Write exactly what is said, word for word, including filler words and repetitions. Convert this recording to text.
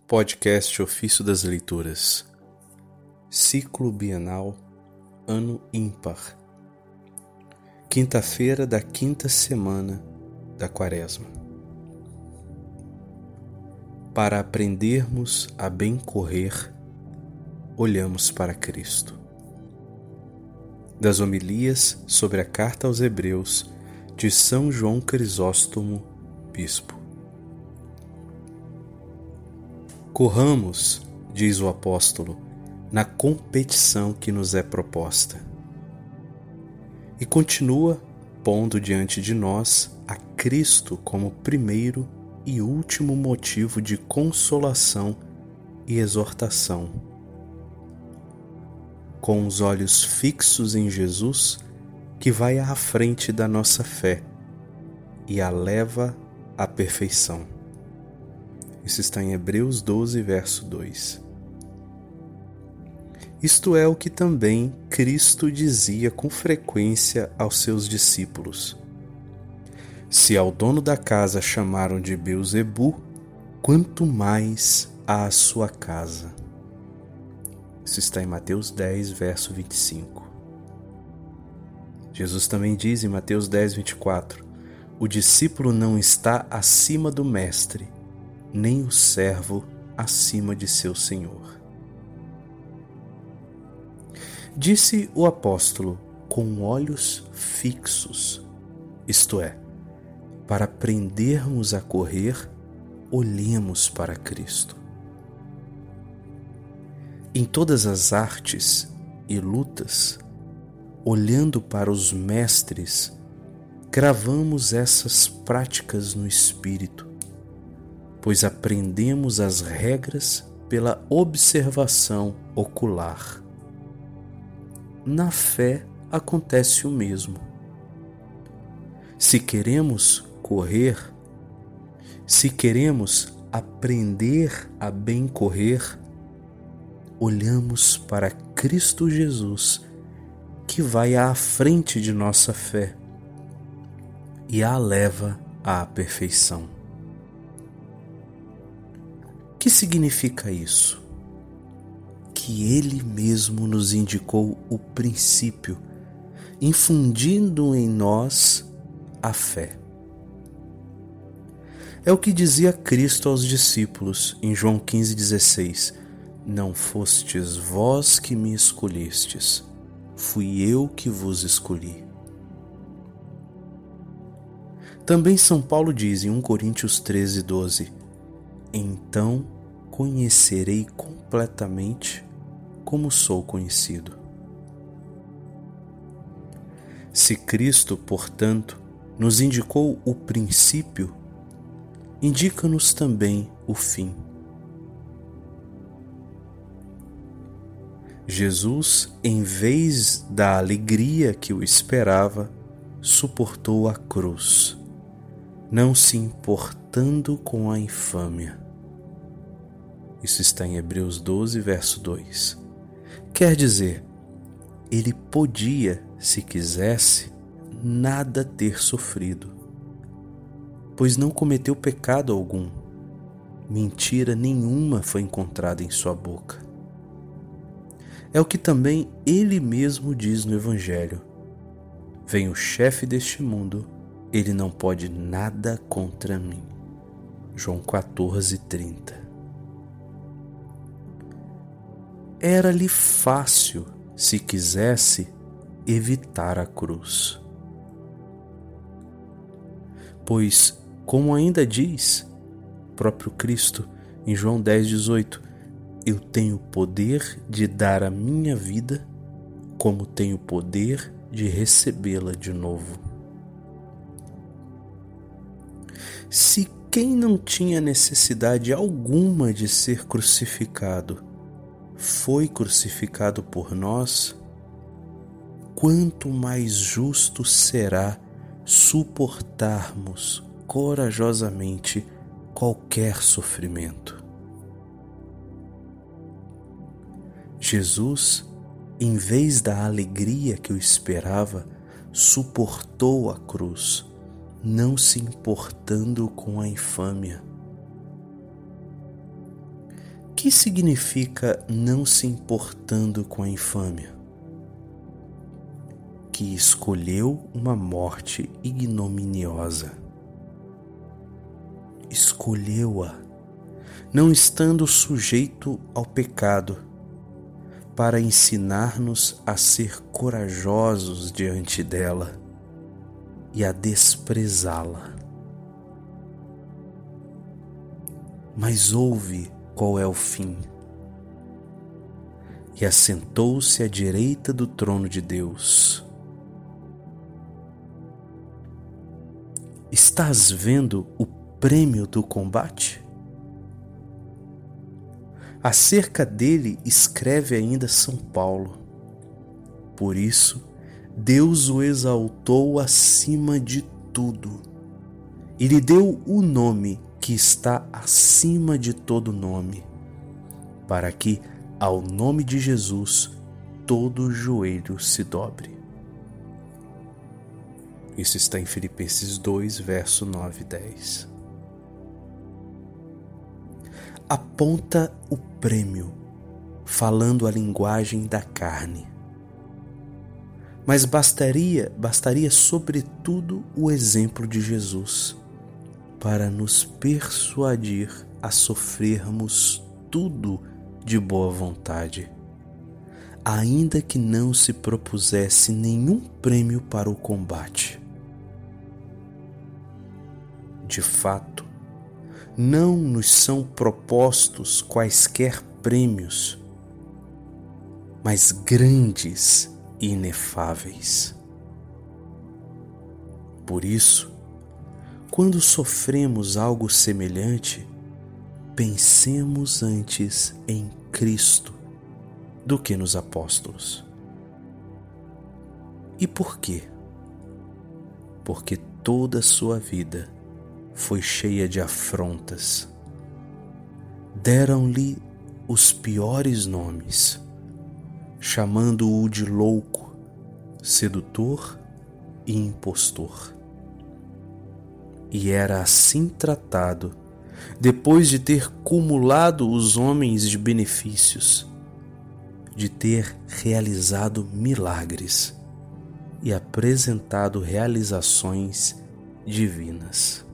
Podcast Ofício das Leituras, Ciclo Bienal, Ano Ímpar, quinta-feira da quinta semana da Quaresma. Para aprendermos a bem correr, olhamos para Cristo. Das homilias sobre a Carta aos Hebreus de São João Crisóstomo, Bispo. Corramos, diz o apóstolo, na competição que nos é proposta. E continua pondo diante de nós a Cristo como primeiro e último motivo de consolação e exortação. Com os olhos fixos em Jesus, que vai à frente da nossa fé e a leva à perfeição. Isso está em Hebreus doze, verso dois. Isto é o que também Cristo dizia com frequência aos seus discípulos. Se ao dono da casa chamaram de Beelzebu, quanto mais à sua casa. Isso está em Mateus dez, verso vinte e cinco. Jesus também diz em Mateus dez, vinte e quatro, o discípulo não está acima do mestre, nem o servo acima de seu senhor. Disse o apóstolo, com olhos fixos, isto é, para aprendermos a correr, olhemos para Cristo. Em todas as artes e lutas, olhando para os mestres, gravamos essas práticas no espírito, pois aprendemos as regras pela observação ocular. Na fé acontece o mesmo. Se queremos correr, se queremos aprender a bem correr, olhamos para Cristo Jesus, que vai à frente de nossa fé e a leva à perfeição. O que significa isso? Que Ele mesmo nos indicou o princípio, infundindo em nós a fé. É o que dizia Cristo aos discípulos em João quinze, dezesseis. Não fostes vós que me escolhestes, fui eu que vos escolhi. Também São Paulo diz em Primeira Coríntios treze, doze, então conhecerei completamente como sou conhecido. Se Cristo, portanto, nos indicou o princípio, indica-nos também o fim. Jesus, em vez da alegria que o esperava, suportou a cruz, não se importando com a infâmia. Isso está em Hebreus doze, verso dois. Quer dizer, ele podia, se quisesse, nada ter sofrido, pois não cometeu pecado algum, mentira nenhuma foi encontrada em sua boca. É o que também ele mesmo diz no Evangelho. Vem o chefe deste mundo, ele não pode nada contra mim. João quatorze, trinta. Era-lhe fácil, se quisesse, evitar a cruz. Pois, como ainda diz próprio Cristo em João dez, dezoito, eu tenho poder de dar a minha vida, como tenho poder de recebê-la de novo. Se quem não tinha necessidade alguma de ser crucificado foi crucificado por nós, quanto mais justo será suportarmos corajosamente qualquer sofrimento. Jesus, em vez da alegria que o esperava, suportou a cruz, não se importando com a infâmia. que significa não se importando com a infâmia? Que escolheu uma morte ignominiosa. Escolheu-a, não estando sujeito ao pecado, para ensinar-nos a ser corajosos diante dela e a desprezá-la. Mas ouve qual é o fim. E assentou-se à direita do trono de Deus. Estás vendo o prêmio do combate? Acerca dele escreve ainda São Paulo. Por isso, Deus o exaltou acima de tudo e lhe deu o nome que está acima de todo nome, para que, ao nome de Jesus, todo joelho se dobre. Isso está em Filipenses dois, verso nove e dez. Aponta o prêmio, falando a linguagem da carne. Mas bastaria, bastaria sobretudo o exemplo de Jesus para nos persuadir a sofrermos tudo de boa vontade, ainda que não se propusesse nenhum prêmio para o combate. De fato, não nos são propostos quaisquer prêmios, mas grandes e inefáveis. Por isso, quando sofremos algo semelhante, pensemos antes em Cristo do que nos apóstolos. E por quê? Porque toda a sua vida foi cheia de afrontas. Deram-lhe os piores nomes, chamando-o de louco, sedutor e impostor. E era assim tratado, depois de ter cumulado os homens de benefícios, de ter realizado milagres e apresentado realizações divinas.